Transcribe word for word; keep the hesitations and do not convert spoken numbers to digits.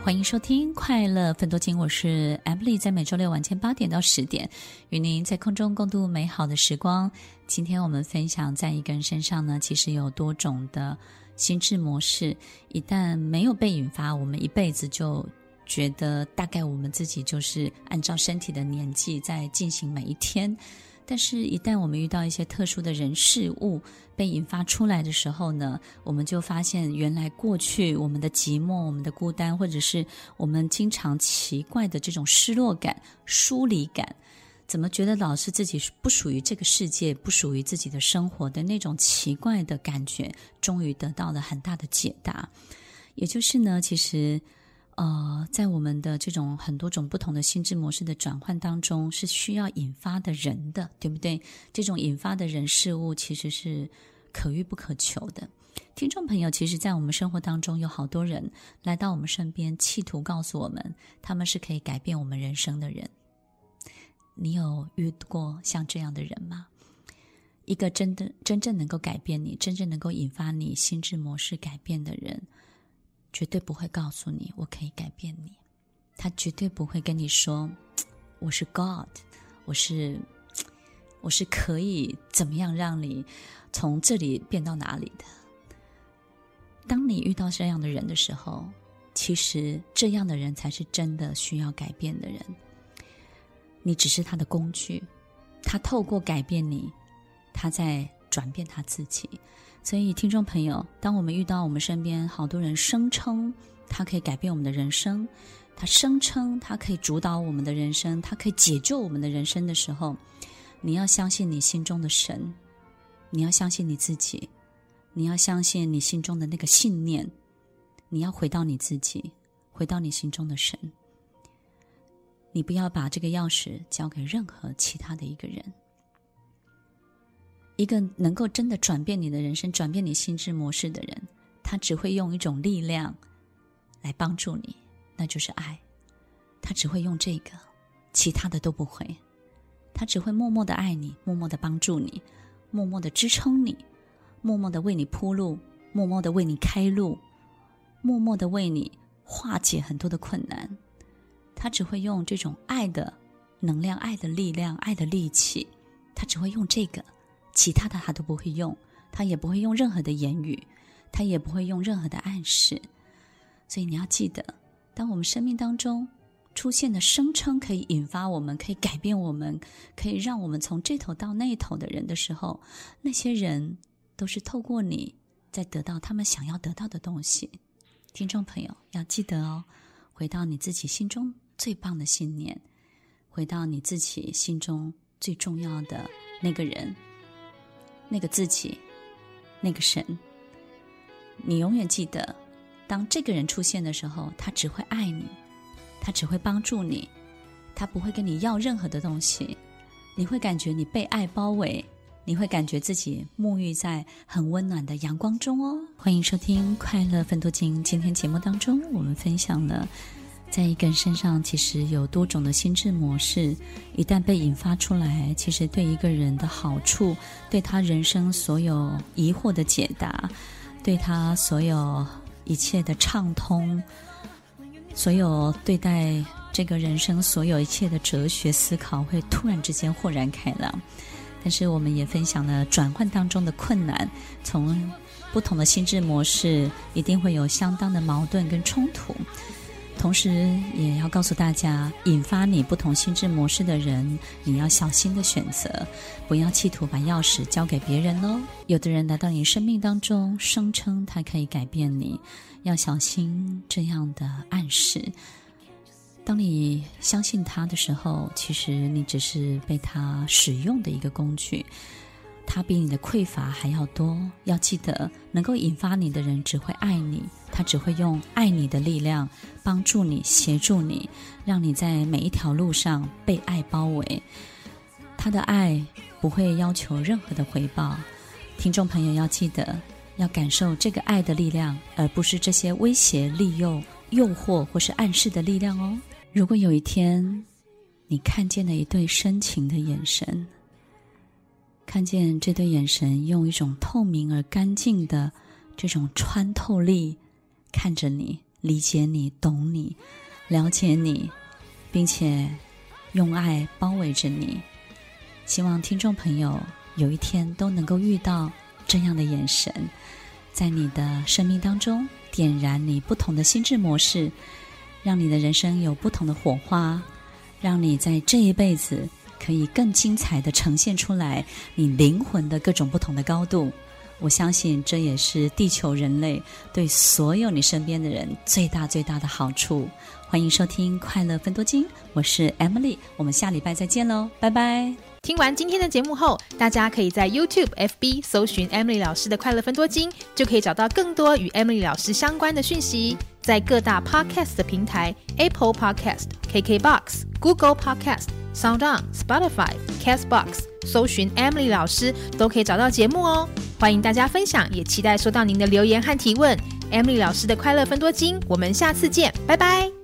欢迎收听快乐分多金，我是 Emily， 在每周六晚间八点到十点与您在空中共度美好的时光。今天我们分享在一个人身上呢，其实有多种的心智模式，一旦没有被引发，我们一辈子就觉得大概我们自己就是按照身体的年纪在进行每一天，但是一旦我们遇到一些特殊的人事物被引发出来的时候呢，我们就发现原来过去我们的寂寞，我们的孤单，或者是我们经常奇怪的这种失落感、疏离感，怎么觉得老是自己不属于这个世界，不属于自己的生活的那种奇怪的感觉，终于得到了很大的解答。也就是呢，其实呃，在我们的这种很多种不同的心智模式的转换当中，是需要引发的人的，对不对？这种引发的人事物其实是可遇不可求的。听众朋友，其实在我们生活当中有好多人来到我们身边，企图告诉我们他们是可以改变我们人生的人。你有遇过像这样的人吗？一个真的真正能够改变你，真正能够引发你心智模式改变的人，绝对不会告诉你我可以改变你，他绝对不会跟你说我是 God， 我是我是可以怎么样让你从这里变到哪里的。当你遇到这样的人的时候，其实这样的人才是真的需要改变的人，你只是他的工具，他透过改变你，他在转变他自己。所以听众朋友，当我们遇到我们身边好多人声称他可以改变我们的人生，他声称他可以主导我们的人生，他可以解救我们的人生的时候，你要相信你心中的神，你要相信你自己，你要相信你心中的那个信念，你要回到你自己，回到你心中的神。你不要把这个钥匙交给任何其他的一个人。一个能够真的转变你的人生，转变你心智模式的人，他只会用一种力量来帮助你，那就是爱。他只会用这个，其他的都不会。他只会默默的爱你，默默的帮助你，默默的支撑你，默默的为你铺路，默默的为你开路，默默的为你化解很多的困难。他只会用这种爱的能量、爱的力量、爱的力气，他只会用这个，其他的他都不会用，他也不会用任何的言语，他也不会用任何的暗示。所以你要记得，当我们生命当中出现的声称可以引发我们，可以改变我们，可以让我们从这头到那头的人的时候，那些人都是透过你在得到他们想要得到的东西。听众朋友要记得哦，回到你自己心中最棒的信念，回到你自己心中最重要的那个人，那个自己，那个神。你永远记得，当这个人出现的时候，他只会爱你，他只会帮助你，他不会跟你要任何的东西。你会感觉你被爱包围，你会感觉自己沐浴在很温暖的阳光中哦。欢迎收听快乐分多金，今天节目当中我们分享了在一个人身上其实有多种的心智模式，一旦被引发出来，其实对一个人的好处，对他人生所有疑惑的解答，对他所有一切的畅通，所有对待这个人生所有一切的哲学思考会突然之间豁然开朗。但是我们也分享了转换当中的困难，从不同的心智模式一定会有相当的矛盾跟冲突，同时也要告诉大家，引发你不同心智模式的人，你要小心的选择，不要企图把钥匙交给别人哦。有的人来到你生命当中，声称他可以改变你，要小心这样的暗示。当你相信他的时候，其实你只是被他使用的一个工具，他比你的匮乏还要多。要记得，能够引发你的人只会爱你，他只会用爱你的力量帮助你，协助你，让你在每一条路上被爱包围。他的爱不会要求任何的回报。听众朋友要记得，要感受这个爱的力量，而不是这些威胁、利诱、诱惑或是暗示的力量哦。如果有一天你看见了一对深情的眼神，看见这对眼神用一种透明而干净的这种穿透力看着你， 理解你，懂你，了解你，并且用爱包围着你。希望听众朋友有一天都能够遇到这样的眼神，在你的生命当中点燃你不同的心智模式，让你的人生有不同的火花，让你在这一辈子可以更精彩地呈现出来你灵魂的各种不同的高度。我相信这也是地球人类对所有你身边的人最大最大的好处。欢迎收听快乐分多金，我是 Emily， 我们下礼拜再见咯，拜拜。 听完今天的节目后，大家可以在 YouTube、F B 搜寻 Emily 老师的快乐分多金，就可以找到更多与 Emily 老师相关的讯息。在各大 Podcast 的平台 Apple Podcast、K K B O X、Google Podcast、SoundOn、Spotify、Castbox 搜寻 Emily 老师都可以找到节目哦。欢迎大家分享，也期待收到您的留言和提问。Emily 老师的快乐分多金，我们下次见，拜拜。